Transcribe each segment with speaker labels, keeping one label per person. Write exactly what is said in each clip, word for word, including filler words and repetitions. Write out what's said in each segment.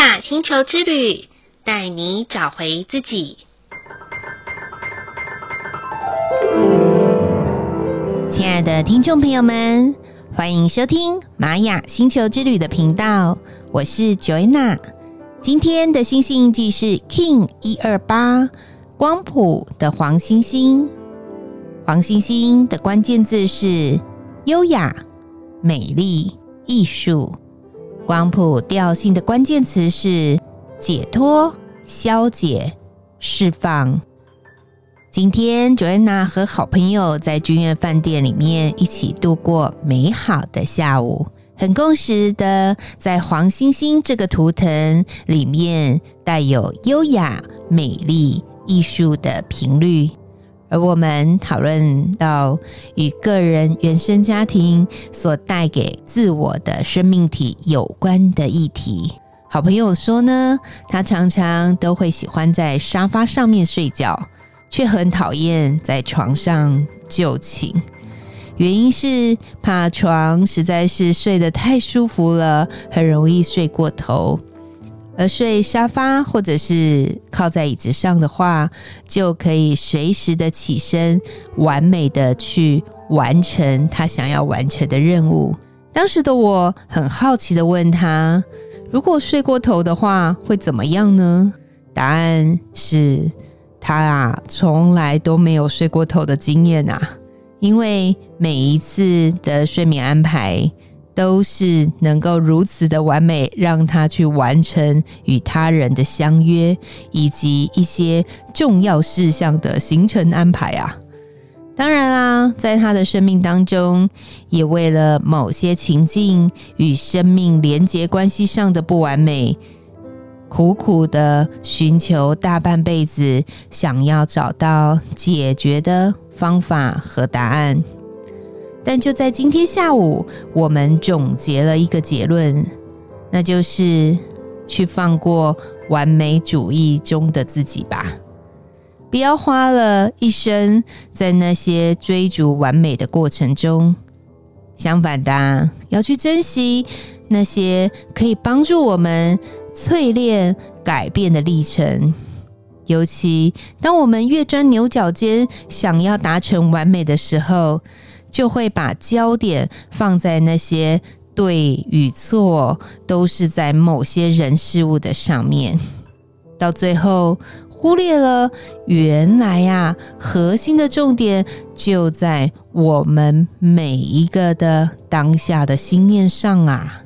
Speaker 1: 雅星球之旅，带你找回自己。
Speaker 2: 亲爱的听众朋友们，欢迎收听玛雅星球之旅的频道，我是 Joanna。 今天的星星印记是 King 一二八光谱的黄星星。黄星星的关键字是优雅、美丽、艺术。光谱调性的关键词是解脱、消解、释放。今天 Joanna 和好朋友在君悦饭店里面一起度过美好的下午，很共识的在黄星星这个图腾里面带有优雅、美丽、艺术的频率。而我们讨论到与个人原生家庭所带给自我的生命体有关的议题。好朋友说呢，他常常都会喜欢在沙发上面睡觉，却很讨厌在床上就寝，原因是怕床实在是睡得太舒服了，很容易睡过头。而睡沙发或者是靠在椅子上的话，就可以随时的起身，完美的去完成他想要完成的任务。当时的我很好奇的问他，如果睡过头的话会怎么样呢？答案是他啊，从来都没有睡过头的经验啊，因为每一次的睡眠安排都是能够如此的完美，让他去完成与他人的相约，以及一些重要事项的行程安排啊。当然啦，在他的生命当中，也为了某些情境与生命连结关系上的不完美，苦苦的寻求大半辈子，想要找到解决的方法和答案。但就在今天下午，我们总结了一个结论，那就是去放过完美主义中的自己吧，不要花了一生在那些追逐完美的过程中。相反的，要去珍惜那些可以帮助我们淬炼改变的历程。尤其当我们越钻牛角尖，想要达成完美的时候，就会把焦点放在那些对与错都是在某些人事物的上面，到最后忽略了原来啊，核心的重点就在我们每一个的当下的心念上啊。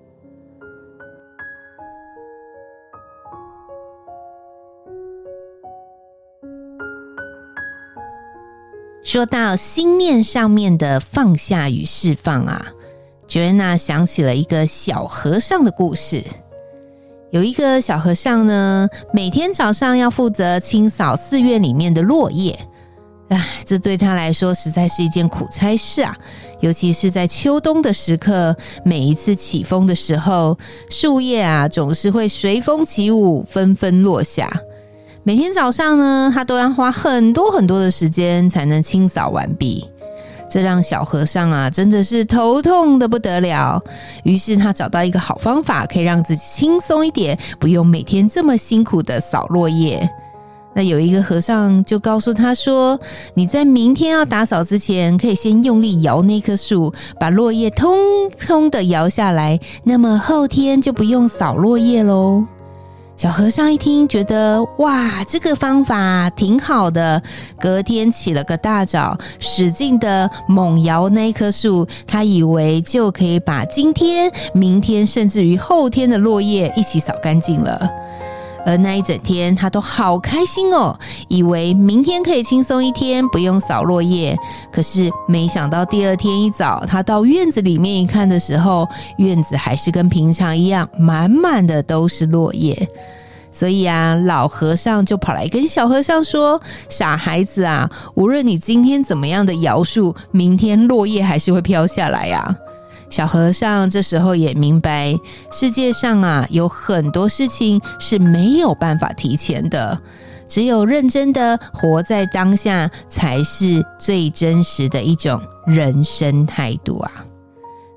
Speaker 2: 说到心念上面的放下与释放啊， Joanna 想起了一个小和尚的故事。有一个小和尚呢，每天早上要负责清扫寺院里面的落叶，唉，这对他来说实在是一件苦差事啊。尤其是在秋冬的时刻，每一次起风的时候，树叶啊总是会随风起舞，纷纷落下。每天早上呢，他都要花很多很多的时间才能清扫完毕，这让小和尚啊真的是头痛的不得了。于是他找到一个好方法，可以让自己轻松一点，不用每天这么辛苦的扫落叶。那有一个和尚就告诉他说，你在明天要打扫之前，可以先用力摇那棵树，把落叶通通的摇下来，那么后天就不用扫落叶咯。小和尚一听觉得哇，这个方法挺好的，隔天起了个大早，使劲的猛摇那一棵树，他以为就可以把今天、明天甚至于后天的落叶一起扫干净了。而那一整天他都好开心哦，以为明天可以轻松一天，不用扫落叶。可是没想到第二天一早，他到院子里面一看的时候，院子还是跟平常一样，满满的都是落叶。所以啊，老和尚就跑来跟小和尚说，傻孩子啊，无论你今天怎么样的摇树，明天落叶还是会飘下来啊。小和尚这时候也明白，世界上啊有很多事情是没有办法提前的，只有认真的活在当下，才是最真实的一种人生态度啊。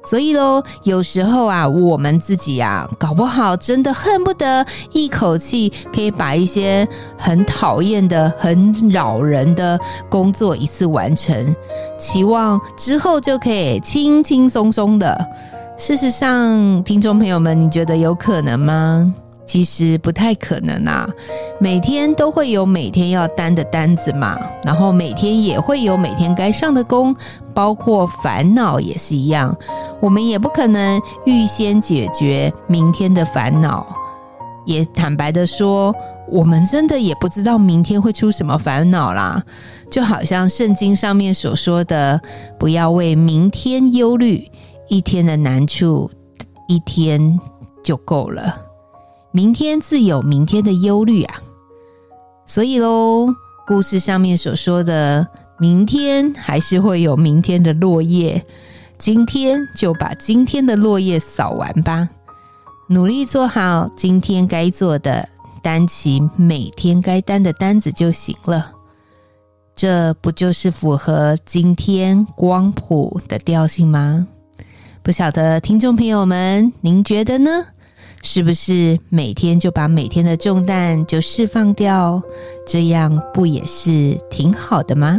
Speaker 2: 所以咯，有时候啊，我们自己啊，搞不好真的恨不得一口气可以把一些很讨厌的、很扰人的工作一次完成，期望之后就可以轻轻松松的。事实上，听众朋友们，你觉得有可能吗？其实不太可能啊，每天都会有每天要担的单子嘛，然后每天也会有每天该上的工，包括烦恼也是一样，我们也不可能预先解决明天的烦恼，也坦白的说，我们真的也不知道明天会出什么烦恼啦，就好像圣经上面所说的，不要为明天忧虑，一天的难处一天就够了，明天自有明天的忧虑啊。所以咯，故事上面所说的明天还是会有明天的落叶，今天就把今天的落叶扫完吧，努力做好今天该做的，担起每天该担的单子就行了。这不就是符合今天光谱的调性吗？不晓得听众朋友们，您觉得呢？是不是每天就把每天的重担就释放掉，这样不也是挺好的吗？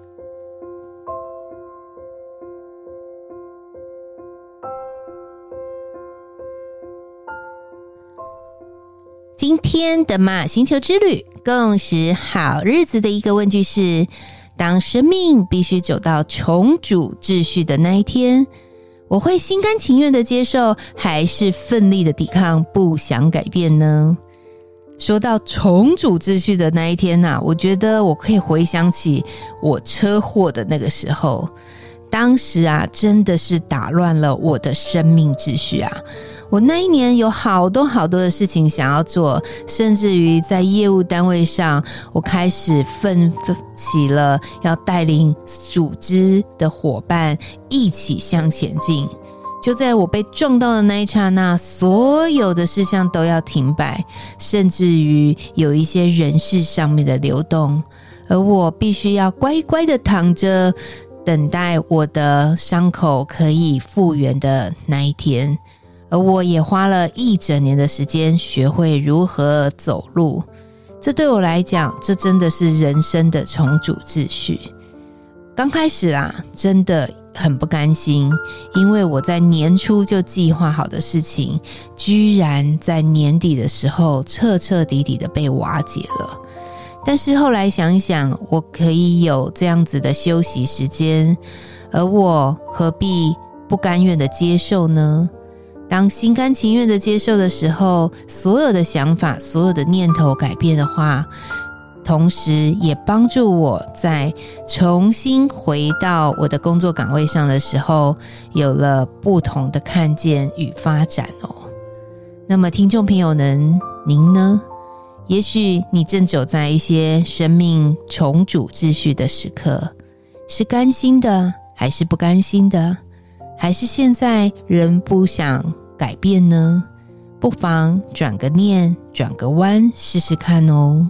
Speaker 2: 今天的玛雅星球之旅共识好日子的一个问句是：当生命必须走到重组秩序的那一天，我会心甘情愿的接受，还是奋力的抵抗，不想改变呢？说到重组秩序的那一天啊，我觉得我可以回想起我车祸的那个时候，当时啊，真的是打乱了我的生命秩序啊。我那一年有好多好多的事情想要做，甚至于在业务单位上，我开始奋起了要带领组织的伙伴一起向前进。就在我被撞到的那一刹那，所有的事项都要停摆，甚至于有一些人事上面的流动，而我必须要乖乖的躺着，等待我的伤口可以复原的那一天。而我也花了一整年的时间学会如何走路，这对我来讲，这真的是人生的重组秩序。刚开始啊，真的很不甘心，因为我在年初就计划好的事情，居然在年底的时候彻彻底底的被瓦解了。但是后来想一想，我可以有这样子的休息时间，而我何必不甘愿的接受呢？当心甘情愿的接受的时候，所有的想法，所有的念头改变的话，同时也帮助我在重新回到我的工作岗位上的时候，有了不同的看见与发展哦。那么听众朋友们，您呢？也许你正走在一些生命重组秩序的时刻，是甘心的，还是不甘心的？还是现在人不想改变呢？不妨转个念，转个弯，试试看哦。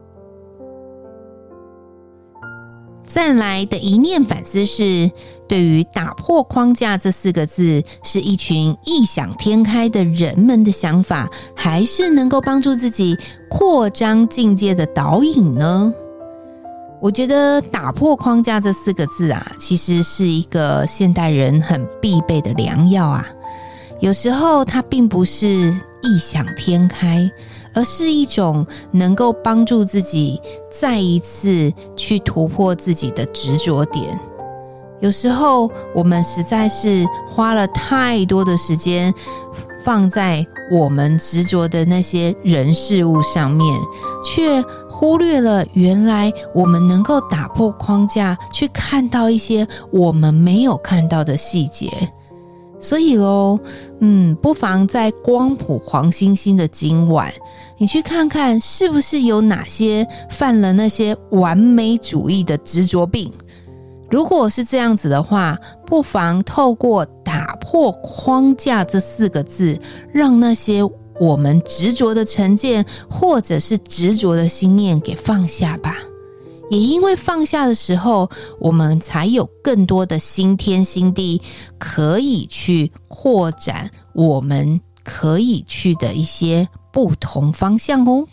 Speaker 2: 再来的一念反思是，对于打破框架这四个字，是一群异想天开的人们的想法，还是能够帮助自己扩张境界的导引呢？我觉得打破框架这四个字啊，其实是一个现代人很必备的良药啊。有时候它并不是异想天开，而是一种能够帮助自己再一次去突破自己的执着点。有时候我们实在是花了太多的时间放在我们执着的那些人事物上面，却忽略了原来我们能够打破框架，去看到一些我们没有看到的细节。所以咯，嗯，不妨在光谱黄星星的今晚，你去看看是不是有哪些犯了那些完美主义的执着病。如果是这样子的话，不妨透过打破框架这四个字，让那些我们执着的成见或者是执着的心念给放下吧。 也因为放下的时候，我们才有更多的新天新地可以去扩展我们可以去的一些不同方向哦。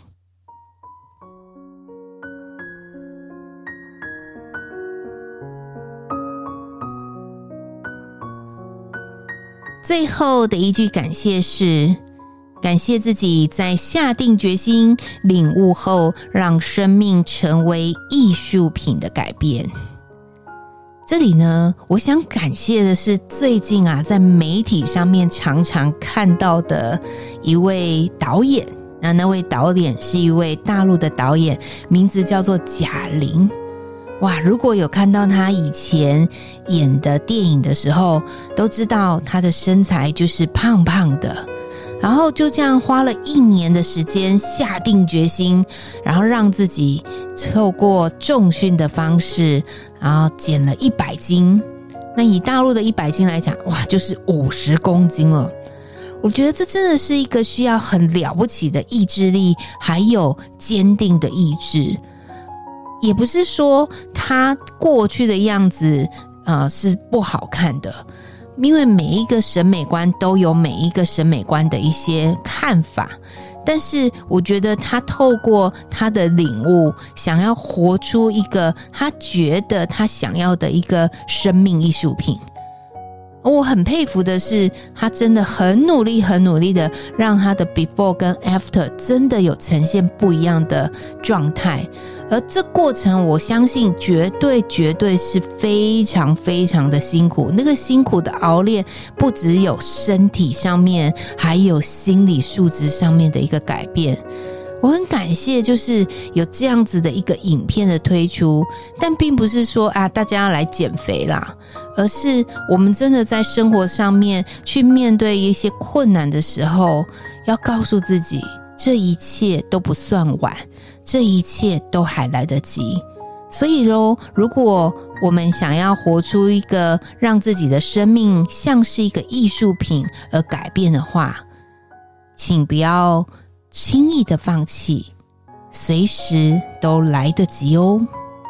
Speaker 2: 最后的一句感谢是，感谢自己在下定决心领悟后，让生命成为艺术品的改变。这里呢，我想感谢的是最近啊，在媒体上面常常看到的一位导演，那那位导演是一位大陆的导演，名字叫做贾玲。哇，如果有看到他以前演的电影的时候，都知道他的身材就是胖胖的，然后就这样花了一年的时间下定决心，然后让自己透过重训的方式，然后减了一百斤。那以大陆的一百斤来讲，哇，就是五十公斤了。我觉得这真的是一个需要很了不起的意志力，还有坚定的意志。也不是说他过去的样子呃是不好看的，因为每一个审美观都有每一个审美观的一些看法，但是我觉得他透过他的领悟，想要活出一个他觉得他想要的一个生命艺术品。我很佩服的是，他真的很努力很努力的让他的 before 跟 after 真的有呈现不一样的状态，而这过程我相信绝对绝对是非常非常的辛苦，那个辛苦的熬炼不只有身体上面，还有心理素质上面的一个改变。我很感谢就是有这样子的一个影片的推出，但并不是说啊大家要来减肥啦，而是我们真的在生活上面去面对一些困难的时候，要告诉自己这一切都不算晚，这一切都还来得及。所以咯，如果我们想要活出一个让自己的生命像是一个艺术品而改变的话，请不要轻易的放弃，随时都来得及哦。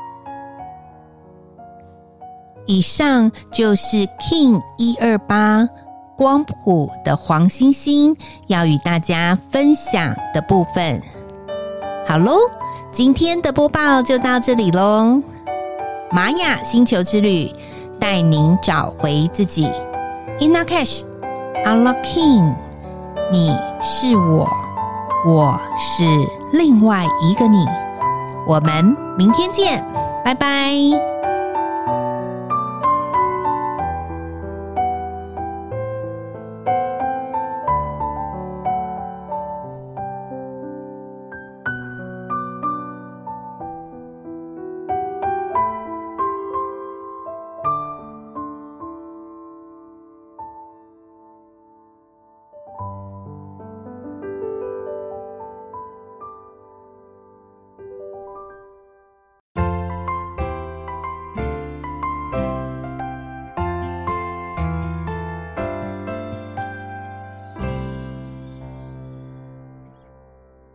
Speaker 2: 以上就是 King 一二八光谱的黄星星要与大家分享的部分。好咯，今天的播报就到这里咯。玛雅星球之旅带您找回自己。 Inna Cash Unlocking， 你是我，我是另外一个你。我们明天见，拜拜。